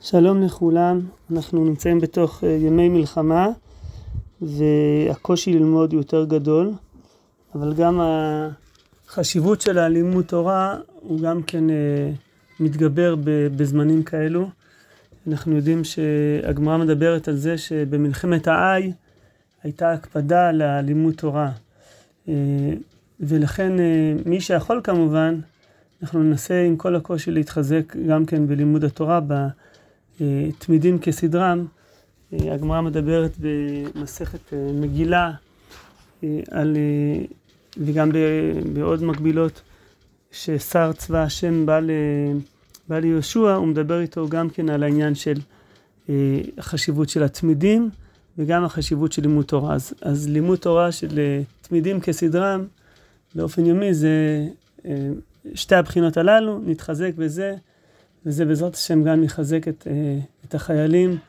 שלום לכולם, אנחנו נמצאים בתוך ימי מלחמה והקושי ללמוד יותר גדול, אבל גם החשיבות של הלימוד תורה הוא גם כן מתגבר בזמנים כאלו. אנחנו יודעים שהגמרא מדברת על זה שבמלחמת העי הייתה הקפדה ללימוד תורה, ולכן מי שיכול כמובן, אנחנו ננסה עם כל הקושי להתחזק גם כן בלימוד התורה בתמידים כסדרם. הגמרא מדברת במסכת מגילה וגם בעוד מקבילות ששר צבא השם בא ליהושע, הוא מדבר איתו גם כן על העניין של החשיבות של התמידים וגם החשיבות של לימוד תורה. אז לימוד תורה של תמידים כסדרם באופן יומי זה שתי הבחינות הללו, נתחזק בזה, וזה בעזרת השם גם יחזק את החיילים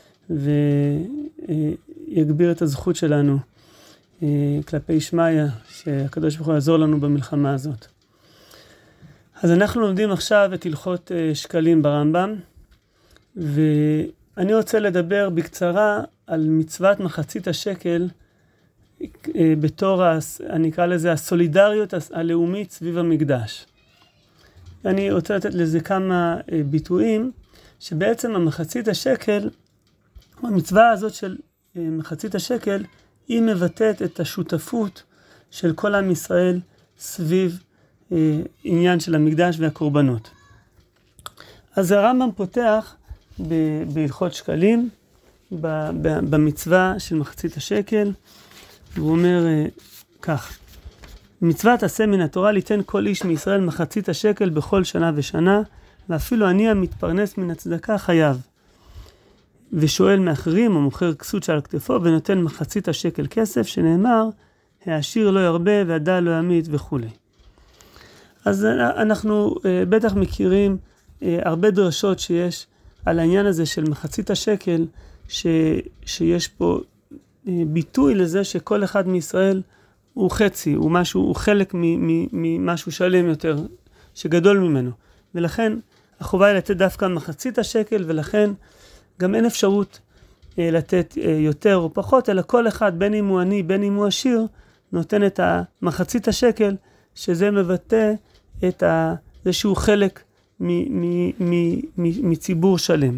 ויגביר את הזכות שלנו כלפי שמיה, שהקדוש ברוך הוא יעזור לנו במלחמה הזאת. אז אנחנו לומדים עכשיו את הלכות שקלים ברמב"ם, ואני רוצה לדבר בקצרה על מצוות מחצית השקל בתור, אני אקרא לזה הסולידריות הלאומית סביב המקדש. אני רוצה לתת לזה כמה ביטויים, שבעצם המחצית השקל, המצווה הזאת של מחצית השקל, היא מבטאת את השותפות של כל עם ישראל סביב עניין של המקדש והקורבנות. אז הרמב"ם פותח בהלכות שקלים, במצווה של מחצית השקל, והוא אומר כך: מצוות עשה מן התורה ליתן כל איש מישראל מחצית השקל בכל שנה ושנה, ואפילו אני המתפרנס מן הצדקה חייב. ושואל מאחרים או מוכר כסות שעל כתפו ונותן מחצית השקל כסף, שנאמר העשיר לא ירבה והדל לא ימית וכו'. אז אנחנו בטח מכירים הרבה דרשות שיש על העניין הזה של מחצית השקל, שיש פה ביטוי לזה שכל אחד מישראל הוא חצי, הוא חלק ממשהו שלם יותר, שגדול ממנו. ולכן החובה היא לתת דווקא מחצית השקל, ולכן גם אין אפשרות לתת יותר או פחות, אלא כל אחד, בין אם הוא עני, בין אם הוא עשיר, נותן את מחצית השקל, שזה מבטא את זה שהוא חלק מציבור שלם.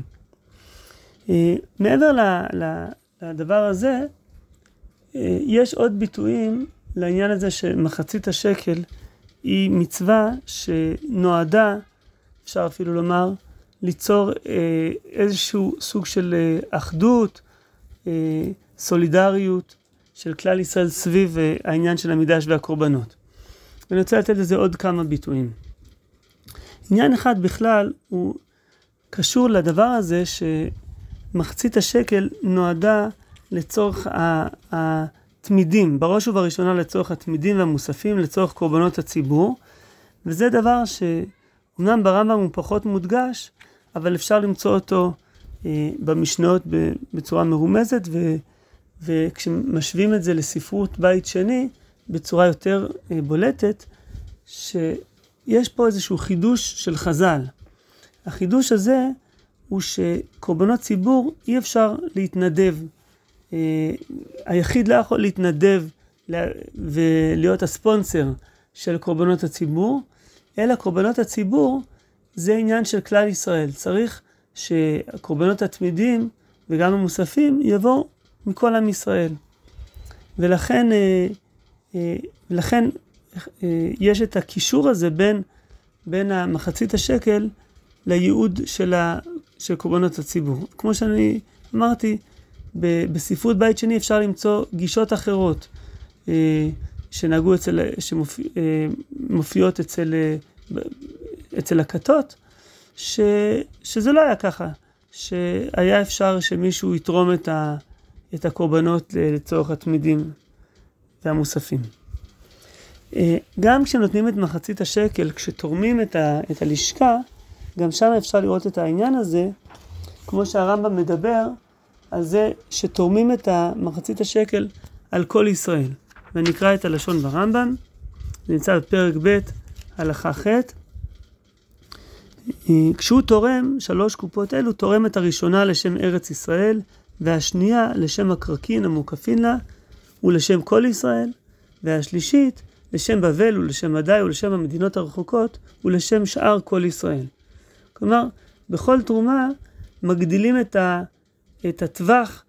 מעבר לדבר הזה, יש עוד ביטויים לעניין הזה שמחצית השקל היא מצווה שנועדה, אפשר אפילו לומר, ליצור איזשהו סוג של אחדות, סולידריות של כלל ישראל סביב העניין של המקדש והקורבנות. ואני רוצה לתת לזה עוד כמה ביטויים. עניין אחד בכלל הוא קשור לדבר הזה שמחצית השקל נועדה לצורך התמידים, בראש ובראשונה לצורך התמידים והמוספים, לצורך קורבנות הציבור, וזה דבר שאומנם ברמב"ם הוא פחות מודגש, אבל אפשר למצוא אותו במשנות בצורה מרומזת, וכשמשווים את זה לספרות בית שני, בצורה יותר בולטת, שיש פה איזשהו חידוש של חז"ל. החידוש הזה הוא שקורבנות ציבור אי אפשר להתנדב. היחיד לא יכול להתנדב ולהיות הספונסר של קורבנות הציבור, אלא קורבנות הציבור זה עניין של כלל ישראל. צריך שהקורבנות התמידים וגם המוספים יבואו מכל עם ישראל. ולכן יש את הקישור הזה בין המחצית השקל לייעוד של קורבנות הציבור. כמו שאני אמרתי, בספרות בית שני אפשר למצוא גישות אחרות שמופיעות אצל הכתות, שזה לא היה ככה, שהיה אפשר שמישהו יתרום את הקורבנות לצורך התמידים והמוספים. גם כשנותנים את מחצית השקל, כשתורמים את הלשכה, גם שם אפשר לראות את העניין הזה, כמו שהרמב"ם מדבר על זה שתורמים את מחצית השקל על כל ישראל. ונקרא את הלשון ברמב"ם, זה נמצא בפרק ב' הלכה ח'. כשהוא תורם 3 קופות אלו, תורם את הראשונה לשם ארץ ישראל, והשנייה לשם הקרקין המוקפין לה, ולשם כל ישראל, והשלישית לשם בבל ולשם עדי ולשם המדינות הרחוקות, ולשם שאר כל ישראל. כלומר, בכל תרומה מגדילים את הטווח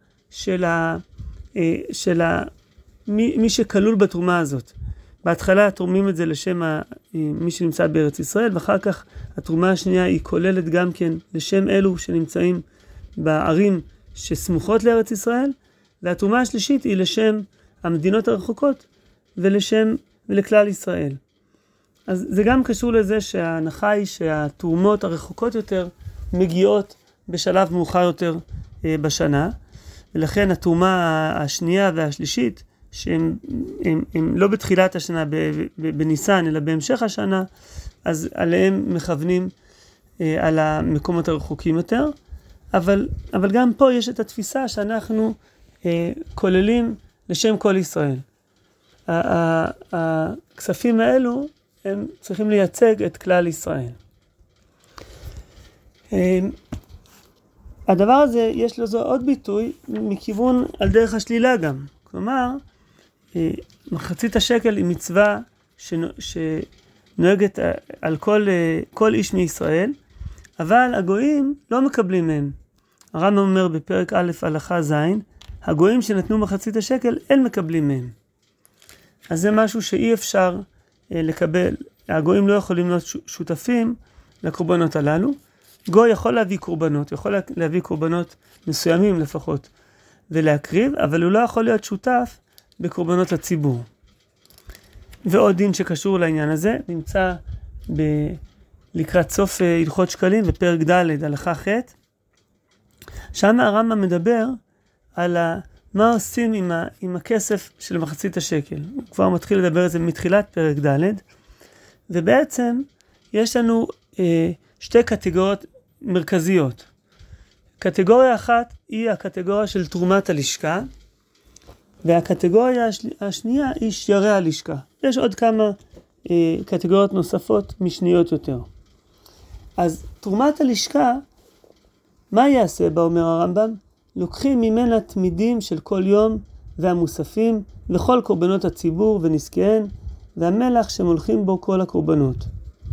של מי שכלול בתרומה הזאת. בהתחלה תורמים את זה לשם מי שנמצא בארץ ישראל, ואחר כך התרומה השנייה היא כוללת גם כן לשם אלו שנמצאים בערים שסמוכות לארץ ישראל, והתרומה השלישית היא לשם המדינות הרחוקות ולכלל ישראל. אז זה גם קשור לזה שההנחה היא שהתרומות הרחוקות יותר מגיעות בשלב מאוחר יותר בשנה, ולכן התרומה השנייה והשלישית, שהם לא בתחילת השנה בניסן, אלא בהמשך השנה, אז עליהם מכוונים על המקומות הרחוקים יותר. אבל גם פה יש את התפיסה שאנחנו כוללים לשם כל ישראל. הכספים האלו הם צריכים לייצג את כלל ישראל. הדבר הזה יש לו עוד ביטוי מכיוון על דרך השלילה גם. כלומר, מחצית השקל היא מצווה שנוהגת על כל איש מישראל, אבל הגויים לא מקבלים מהם. הרמב"ם אומר בפרק א' הלכה ז', הגויים שנתנו מחצית השקל אין מקבלים מהם. אז זה משהו שאי אפשר לקבל. הגויים לא יכולים להיות שותפים לקורבנות הללו. גוי יכול להביא קורבנות, יכול להביא קורבנות מסוימים לפחות ולהקריב, אבל הוא לא יכול להיות שותף בקורבנות הציבור. ועוד דין שקשור לעניין הזה נמצא לקראת סוף הלכות שקלים בפרק ד' הלכה ח', שם הרמב"ם מדבר על מה עושים עם הכסף של מחצית השקל. הוא כבר מתחיל לדבר על זה מתחילת פרק ד', ובעצם יש לנו 2 קטגוריות מרכזיות. קטגוריה אחת היא הקטגוריה של תרומת הלשכה, והקטגוריה השנייה היא שיירי הלשכה. יש עוד כמה קטגוריות נוספות משניות יותר. אז תרומת הלשכה, מה יעשה בה, אומר הרמב"ם? לוקחים ממנה תמידים של כל יום והמוספים לכל קורבנות הציבור ונזקיהן, והמלח שמולכים בו כל הקורבנות.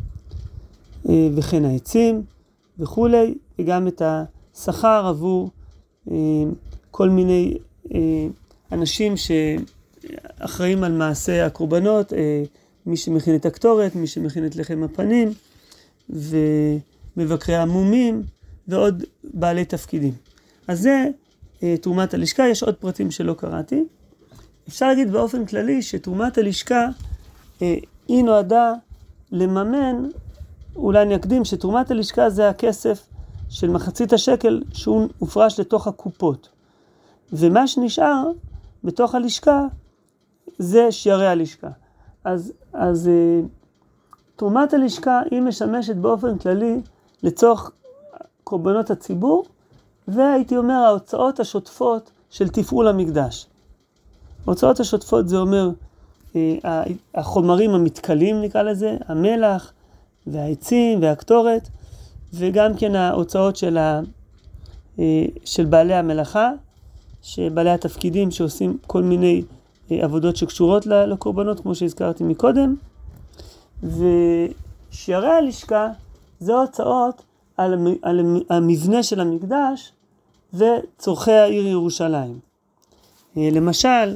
וכן העצים וכולי, וגם את השכר עבור כל מיני אנשים שאחראים על מעשה הקורבנות, מי שמכין את הקטורת, מי שמכין את לחם הפנים, ומבקרי המומים, ועוד בעלי תפקידים. אז זה תרומת הלשכה. יש עוד פרטים שלא קראתי. אפשר להגיד באופן כללי שתרומת הלשכה היא נועדה לממן, אולי אני אקדים שתרומת הלשכה זה הכסף של מחצית השקל שהוא הופרש לתוך הקופות. ומה שנשאר בתוך הלשכה זה שיירי הלשכה. אז תרומת הלשכה היא משמשת באופן כללי לצורך קורבנות הציבור, והייתי אומר ההוצאות השוטפות של תפעול המקדש. ההוצאות השוטפות זה אומר החומרים המתכלים נקרא לזה, המלח והעצים והקטורת, וגם כן ההוצאות של בעלי המלאכה, שבעלי התפקידים שעושים כל מיני עבודות שקשורות לקורבנות כמו שהזכרתי מקודם. ושיירי הלשכה זה הוצאות על המבנה של המקדש וצורכי העיר ירושלים. למשל,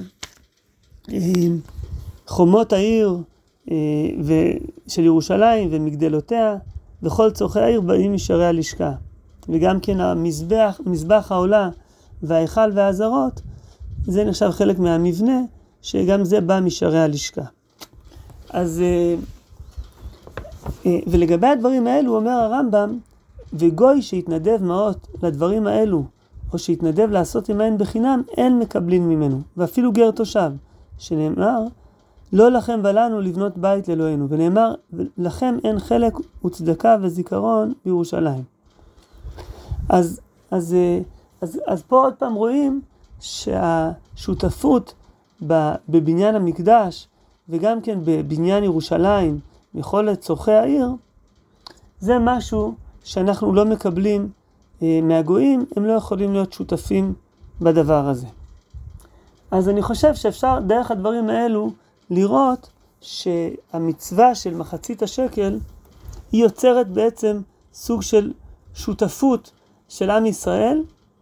חומות העיר של ירושלים ומגדלותיה וכל צורכי העיר באים משיירי הלשכה. וגם כן מזבח העולה וההיכל והעזרות, זה נחשב חלק מהמבנה שגם זה בא משיירי הלשכה. אז ולגבי הדברים האלו אומר הרמב"ם, וגוי שהתנדב מעות לדברים האלו, או שהתנדב לעשות עמהן בחינם, אין מקבלים ממנו, ואפילו גר תושב, שנאמר, לא לכם ולנו לבנות בית לאלוהינו, ונאמר, לכם אין חלק וצדקה וזיכרון בירושלים. אז פה עוד פעם רואים שהשותפות בבניין המקדש, וגם כן בבניין ירושלים, יכולת צורכי העיר, זה משהו שאנחנו לא מקבלים מהגויים, הם לא יכולים להיות שותפים בדבר הזה. אז אני חושב שאפשר דרך הדברים האלו לראות שהמצווה של מחצית השקל היא יוצרת בעצם סוג של שותפות של עם ישראל,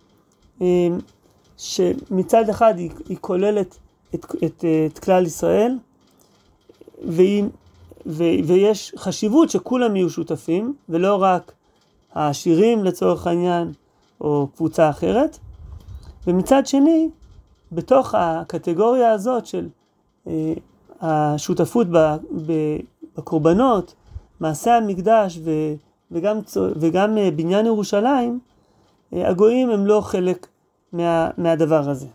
שמצד אחד היא כוללת את כלל ישראל, ויש חשיבות שכולם יהיו שותפים, ולא רק העשירים לצורך העניין, או קבוצה אחרת. ומצד שני, בתוך הקטגוריה הזאת של השותפות בקורבנות, מעשה המקדש וגם בניין ירושלים, הגויים הם לא חלק מהדבר הזה.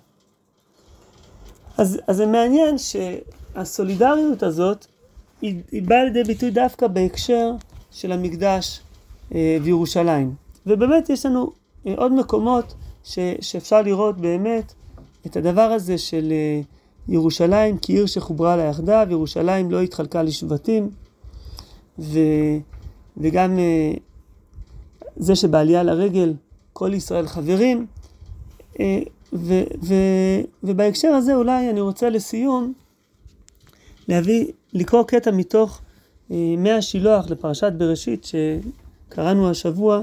אז זה מעניין שהסולידריות הזאת היא באה לידי ביטוי דווקא בהקשר של המקדש וירושלים. ובאמת יש לנו עוד מקומות שאפשר לראות באמת את הדבר הזה של ירושלים כעיר שחוברה לה יחדיו, ירושלים לא התחלקה לשבטים, וגם זה שבעלייה לרגל כל ישראל חברים, ובהקשר הזה אולי אני רוצה לסיום לקרוא קטע מתוך מהשילוח לפרשת בראשית שקראנו השבוע,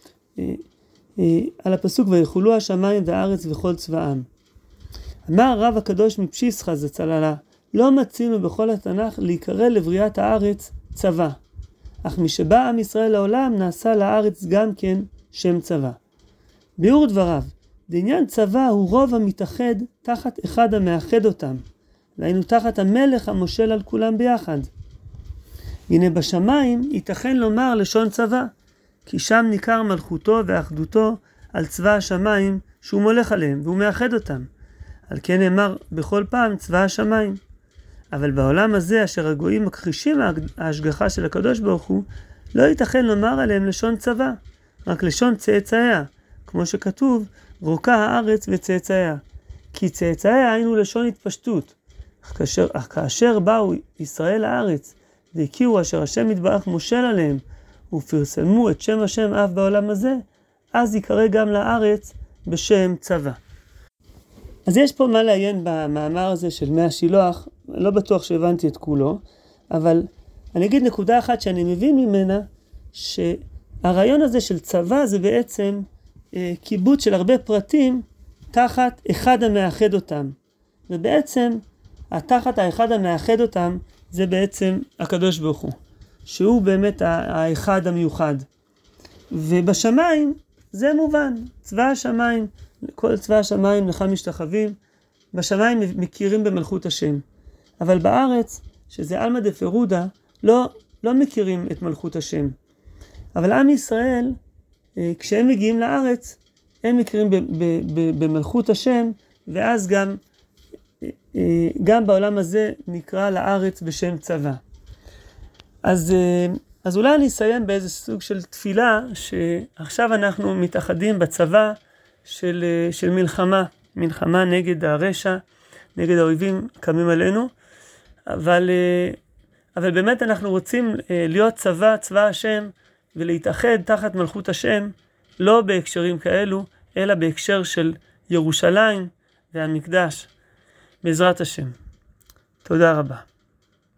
על הפסוק ויחולו השמיים והארץ וכל צבאם. אמר הרב הקדוש מפשיסחא זצ"ל, לא מצינו בכל התנ"ך להיקרא לבריאת הארץ צבא, אך משבא עם ישראל לעולם נעשה לארץ גם כן שם צבא. ביאור דבריו, דעניין צבא הוא רוב המתאחד תחת אחד המאחד אותם, והיינו תחת המלך המושל על כולם ביחד. הנה בשמיים ייתכן לומר לשון צבא, כי שם ניכר מלכותו ואחדותו על צבא השמיים שהוא מולך עליהם והוא מאחד אותם. על כן נאמר בכל פעם צבא השמיים. אבל בעולם הזה אשר הגויים מכחישים ההשגחה של הקדוש ברוך הוא, לא ייתכן לומר עליהם לשון צבא, רק לשון צאצאיה, כמו שכתוב רוקה הארץ וצאצאיה. כי צאצאיה היינו לשון התפשטות. אך כאשר באו ישראל לארץ והכירו אשר השם יתברך מושל עליהם ופרסמו את שם השם אף בעולם הזה, אז יקרא גם לארץ בשם צבא. אז יש פה מה לעיין במאמר הזה של מהשילוח, לא בטוח שהבנתי את כולו, אבל אני אגיד נקודה אחת שאני מבין ממנה, שהרעיון הזה של צבא זה בעצם קיבוץ של הרבה פרטים תחת אחד המאחד אותם. ובעצם תחת האחד המאחד אותם זה בעצם הקדוש ברוך הוא, שהוא באמת האחד המיוחד. ובשמיים זה מובן, צבא השמיים, כל צבא השמיים לך משתחווים, בשמיים מכירים במלכות השם. אבל בארץ, שזה עלמא דפירודה, לא מכירים את מלכות השם. אבל עם ישראל, כשהם מגיעים לארץ, הם מכירים במלכות השם, ואז גם בעולם הזה נקרא לארץ בשם צבא. אז אולי אני אסיים באיזה סוג של תפילה, שעכשיו אנחנו מתאחדים בצבא של מלחמה נגד הרשע, נגד האויבים קמים עלינו, אבל באמת אנחנו רוצים להיות צבא השם, ולהתאחד תחת מלכות השם, לא בהקשרים כאלו, אלא בהקשר של ירושלים והמקדש, בעזרת השם. תודה רבה.